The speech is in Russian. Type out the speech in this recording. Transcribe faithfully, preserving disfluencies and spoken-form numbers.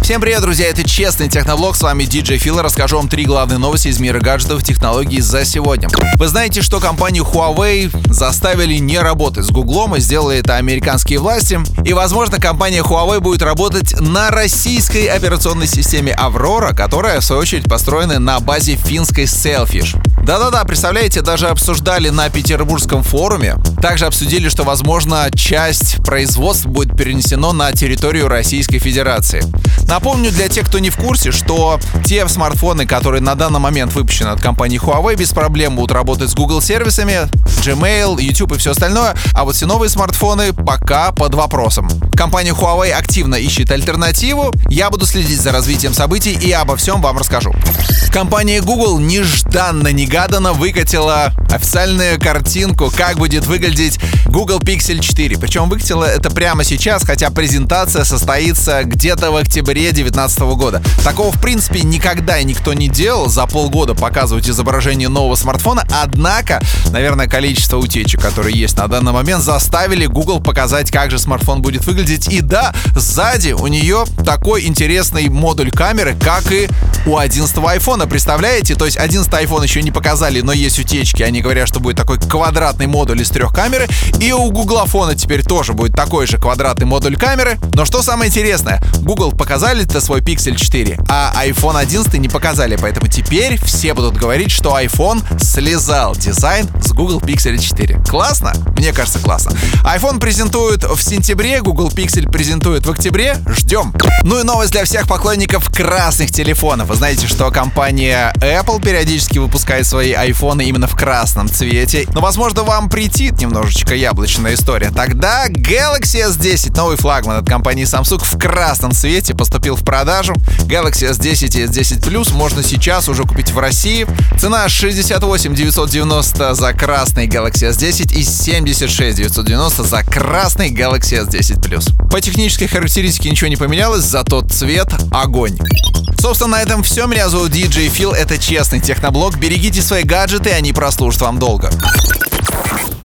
Всем привет, друзья, это Честный Техноблог, с вами диджей Фил. Расскажу вам три главные новости из мира гаджетов и технологий за сегодня. Вы знаете, что компанию Huawei заставили не работать с Гуглом, и сделали это американские власти. И, возможно, компания Huawei будет работать на российской операционной системе Aurora, которая, в свою очередь, построена на базе финской Sailfish. Да-да-да, представляете, даже обсуждали на Петербургском форуме. Также обсудили, что, возможно, часть производства будет перенесено на территорию Российской Федерации. Напомню для тех, кто не в курсе, что те смартфоны, которые на данный момент выпущены от компании Huawei, без проблем будут работать с Google сервисами, Gmail, YouTube и все остальное, а вот все новые смартфоны пока под вопросом. Компания Huawei активно ищет альтернативу, я буду следить за развитием событий и обо всем вам расскажу. Компания Google нежданно-негаданно выкатила официальную картинку, как будет выглядеть Google Pixel четыре. Причем выкатила это прямо сейчас, хотя презентация состоится где-то в октябре две тысячи девятнадцатого года. Такого, в принципе, никогда и никто не делал. За полгода показывать изображение нового смартфона. Однако, наверное, количество утечек, которые есть на данный момент, заставили Google показать, как же смартфон будет выглядеть. И да, сзади у нее такой интересный модуль камеры, как и у одиннадцатого айфона. Представляете? То есть одиннадцатый iPhone еще не показали, но есть утечки. Они говорят, что будет такой квадратный модуль из трех камер. И у Гуглафона теперь тоже будет такой же квадратный модуль камеры. Но что самое интересное, Google показали-то свой Pixel четыре, а iPhone одиннадцать не показали. Поэтому теперь все будут говорить, что iPhone слезал дизайн с Google Pixel четыре. Классно? Мне кажется, классно. iPhone презентуют в сентябре, Google Pixel презентуют в октябре. Ждем. Ну и новость для всех поклонников красных телефонов. Вы знаете, что компания Apple периодически выпускает свои айфоны именно в красном цвете. Но, возможно, вам претит немножечко яблочная история. Тогда Galaxy эс десять, новый флагман от компании Samsung, в красном цвете поступил в продажу. Galaxy эс десять и эс десять плюс можно сейчас уже купить в России. Цена шестьдесят восемь тысяч девятьсот девяносто за красный Galaxy эс десять и семьдесят шесть тысяч девятьсот девяносто за красный Galaxy эс десять плюс. По технической характеристике ничего не поменялось, зато цвет — огонь. Собственно, на этом все. Меня зовут диджей Фил, это Честный Техноблог. Берегите свои гаджеты, они прослужат вам долго.